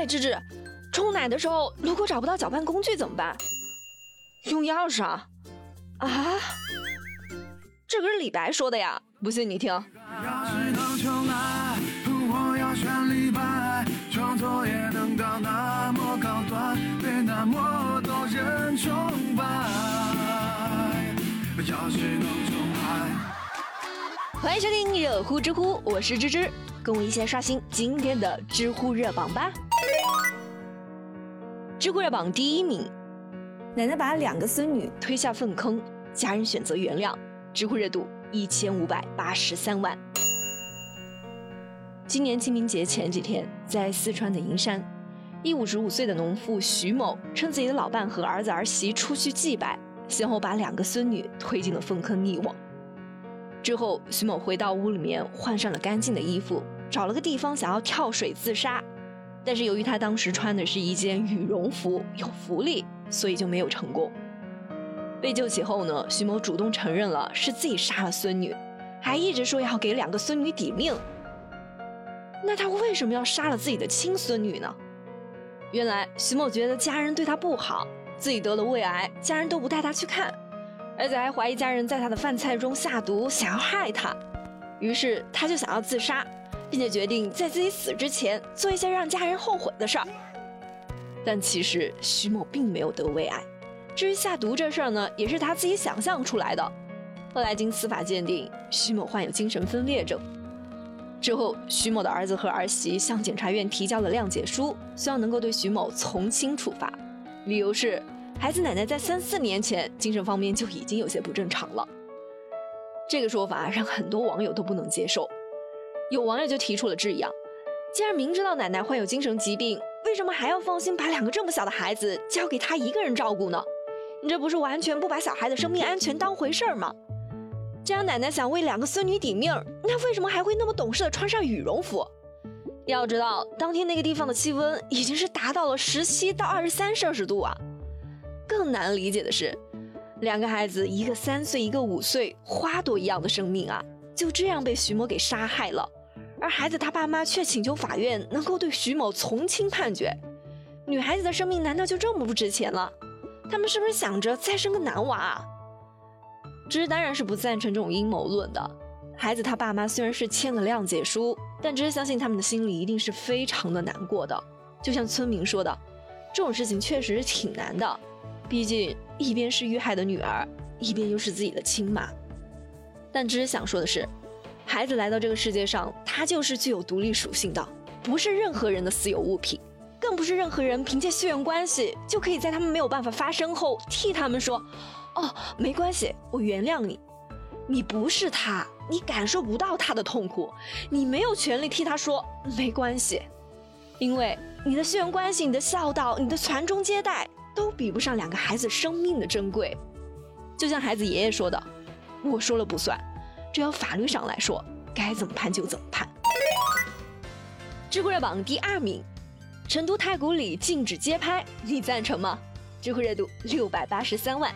哎，芝芝，冲奶的时候如果找不到搅拌工具怎么办？用钥匙啊？啊？这可是李白说的呀，不信你听。 要是能重来，我要选李白，创作也能到那么高端，被那么多人崇拜。要是能重来。 欢迎收听热乎知乎，我是芝芝，跟我一起来刷新今天的知乎热榜吧。知乎热榜第1名，奶奶把2个孙女推下粪坑，家人选择原谅，知乎热度1583万。今年清明节前几天，在四川的营山，一55岁的农妇徐某趁自己的老伴和儿子儿媳出去祭拜，先后把2个孙女推进了粪坑溺亡。之后，徐某回到屋里面换上了干净的衣服，找了个地方想要跳水自杀，但是由于他当时穿的是一件羽绒服，有浮力，所以就没有成功。被救起后呢，徐某主动承认了是自己杀了孙女，还一直说要给2个孙女抵命。那他为什么要杀了自己的亲孙女呢？原来徐某觉得家人对他不好，自己得了胃癌，家人都不带他去看，而且还怀疑家人在他的饭菜中下毒，想要害他，于是他就想要自杀，并且决定在自己死之前做一些让家人后悔的事儿。但其实徐某并没有得胃癌，至于下毒这事儿呢，也是他自己想象出来的。后来经司法鉴定，徐某患有精神分裂症。之后，徐某的儿子和儿媳向检察院提交了谅解书，希望能够对徐某从轻处罚，理由是孩子奶奶在3、4年前精神方面就已经有些不正常了。这个说法让很多网友都不能接受，有网友就提出了质疑啊，既然明知道奶奶患有精神疾病，为什么还要放心把2个这么小的孩子交给她一个人照顾呢？你这不是完全不把小孩的生命安全当回事儿吗？这样奶奶想为2个孙女抵命，那为什么还会那么懂事的穿上羽绒服？要知道当天那个地方的气温已经是达到了17到23摄氏度啊。更难理解的是，2个孩子，一个3岁，一个5岁，花朵一样的生命啊，就这样被徐某给杀害了。而孩子他爸妈却请求法院能够对徐某从轻判决。女孩子的生命难道就这么不值钱了？他们是不是想着再生个男娃啊？芝芝当然是不赞成这种阴谋论的。孩子他爸妈虽然是签了谅解书，但芝芝相信他们的心里一定是非常的难过的。就像村民说的，这种事情确实是挺难的，毕竟一边是遇害的女儿，一边又是自己的亲妈。但芝芝想说的是，孩子来到这个世界上，他就是具有独立属性的，不是任何人的私有物品，更不是任何人凭借血缘关系就可以在他们没有办法发声后替他们说，哦，没关系，我原谅你。你不是他，你感受不到他的痛苦，你没有权利替他说没关系，因为你的血缘关系、你的孝道、你的传宗接代都比不上2个孩子生命的珍贵。就像孩子爷爷说的，我说了不算，只要法律上来说，该怎么判就怎么判。知乎热榜第2名，成都太古里禁止街拍，你赞成吗？知乎热度683万。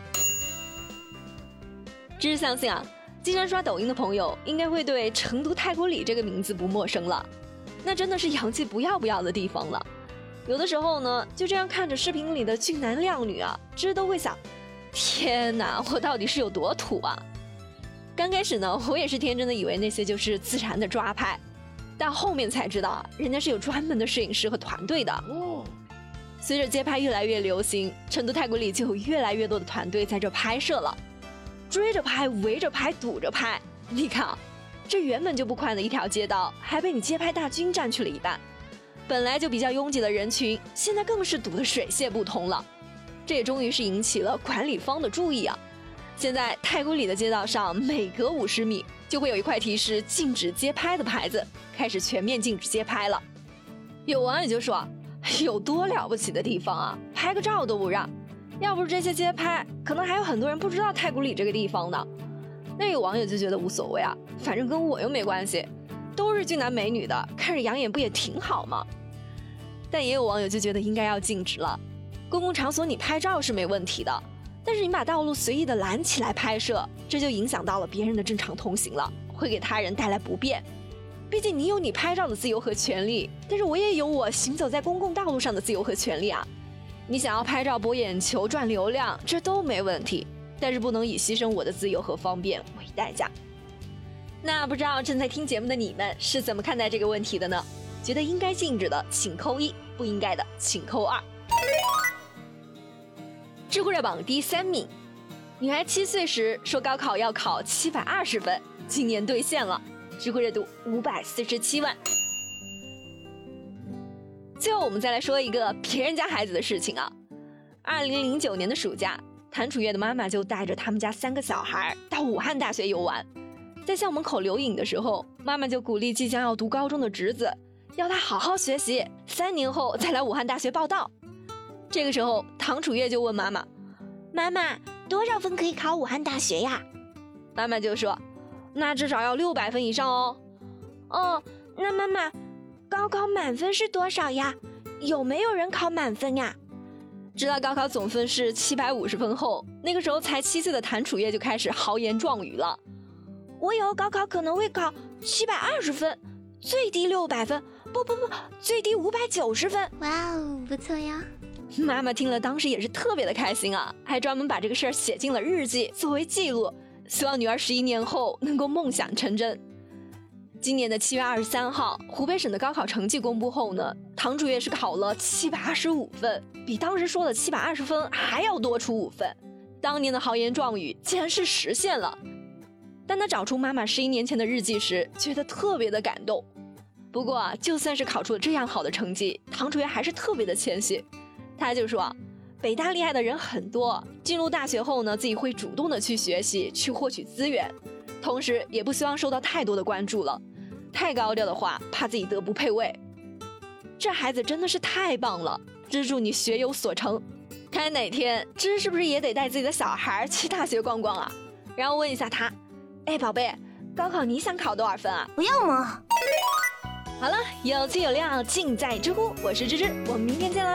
芝芝相信啊，经常刷抖音的朋友应该会对成都太古里这个名字不陌生了，那真的是洋气不要不要的地方了。有的时候呢，就这样看着视频里的俊男靓女啊，芝芝都会想，天哪，我到底是有多土啊。刚开始呢，我也是天真的以为那些就是自然的抓拍，但后面才知道人家是有专门的摄影师和团队的。随着街拍越来越流行，成都太古里就有越来越多的团队在这拍摄了，追着拍，围着拍，堵着拍。你看啊，这原本就不宽的一条街道，还被你街拍大军占去了一半。本来就比较拥挤的人群，现在更是堵得水泄不通了。这也终于是引起了管理方的注意啊。现在太古里的街道上，每隔50米就会有一块提示禁止街拍的牌子，开始全面禁止街拍了。有网友就说，有多了不起的地方啊，拍个照都不让。要不是这些街拍，可能还有很多人不知道太古里这个地方呢。那有网友就觉得无所谓啊，反正跟我又没关系，都是俊男美女的，看着养眼不也挺好吗？但也有网友就觉得应该要禁止了。公共场所你拍照是没问题的，但是你把道路随意的拦起来拍摄，这就影响到了别人的正常通行了，会给他人带来不便。 毕竟你有你拍照的自由和权利，但是我也有我行走在公共道路上的自由和权利啊。你想要拍照博眼球赚流量，这都没问题，但是不能以牺牲我的自由和方便为代价。那不知道正在听节目的你们是怎么看待这个问题的呢？觉得应该禁止的请扣1，不应该的请扣2。知乎热榜第3名，女孩7岁时说高考要考720分，今年兑现了，知乎热度547万。最后我们再来说一个别人家孩子的事情啊。2009年的暑假，谭楚月的妈妈就带着他们家3个小孩到武汉大学游玩，在校门口留影的时候，妈妈就鼓励即将要读高中的侄子，要他好好学习，3年后再来武汉大学报到。这个时候唐楚月就问妈妈， 妈妈，多少分可以考武汉大学呀？ 妈妈就说，那至少要600分以上哦。 哦，那妈妈，高考满分是多少呀？有没有人考满分呀？ 知道高考总分是750分后，那个时候才7岁的谭楚月就开始豪言壮语了。 我以后高考可能会考720分，最低600分，不，最低590分。 哇哦，不错呀。 妈妈听了当时也是特别的开心啊，还专门把这个事儿写进了日记作为记录，希望女儿11年后能够梦想成真。今年的7月23号，湖北省的高考成绩公布后呢，唐楚月是考了725分，比当时说的720分还要多出5分。当年的豪言壮语竟然是实现了。当他找出妈妈11年前的日记时，觉得特别的感动。不过就算是考出了这样好的成绩，唐楚月还是特别的谦虚。他就说，北大厉害的人很多，进入大学后呢，自己会主动的去学习，去获取资源，同时也不希望受到太多的关注了，太高调的话怕自己德不配位。这孩子真的是太棒了，芝祝你学有所成。看哪天芝是不是也得带自己的小孩去大学逛逛啊？然后问一下他，哎宝贝，高考你想考多少分啊？ 不要嘛。 好了，有趣有料尽在知乎，我是芝芝，我们明天见。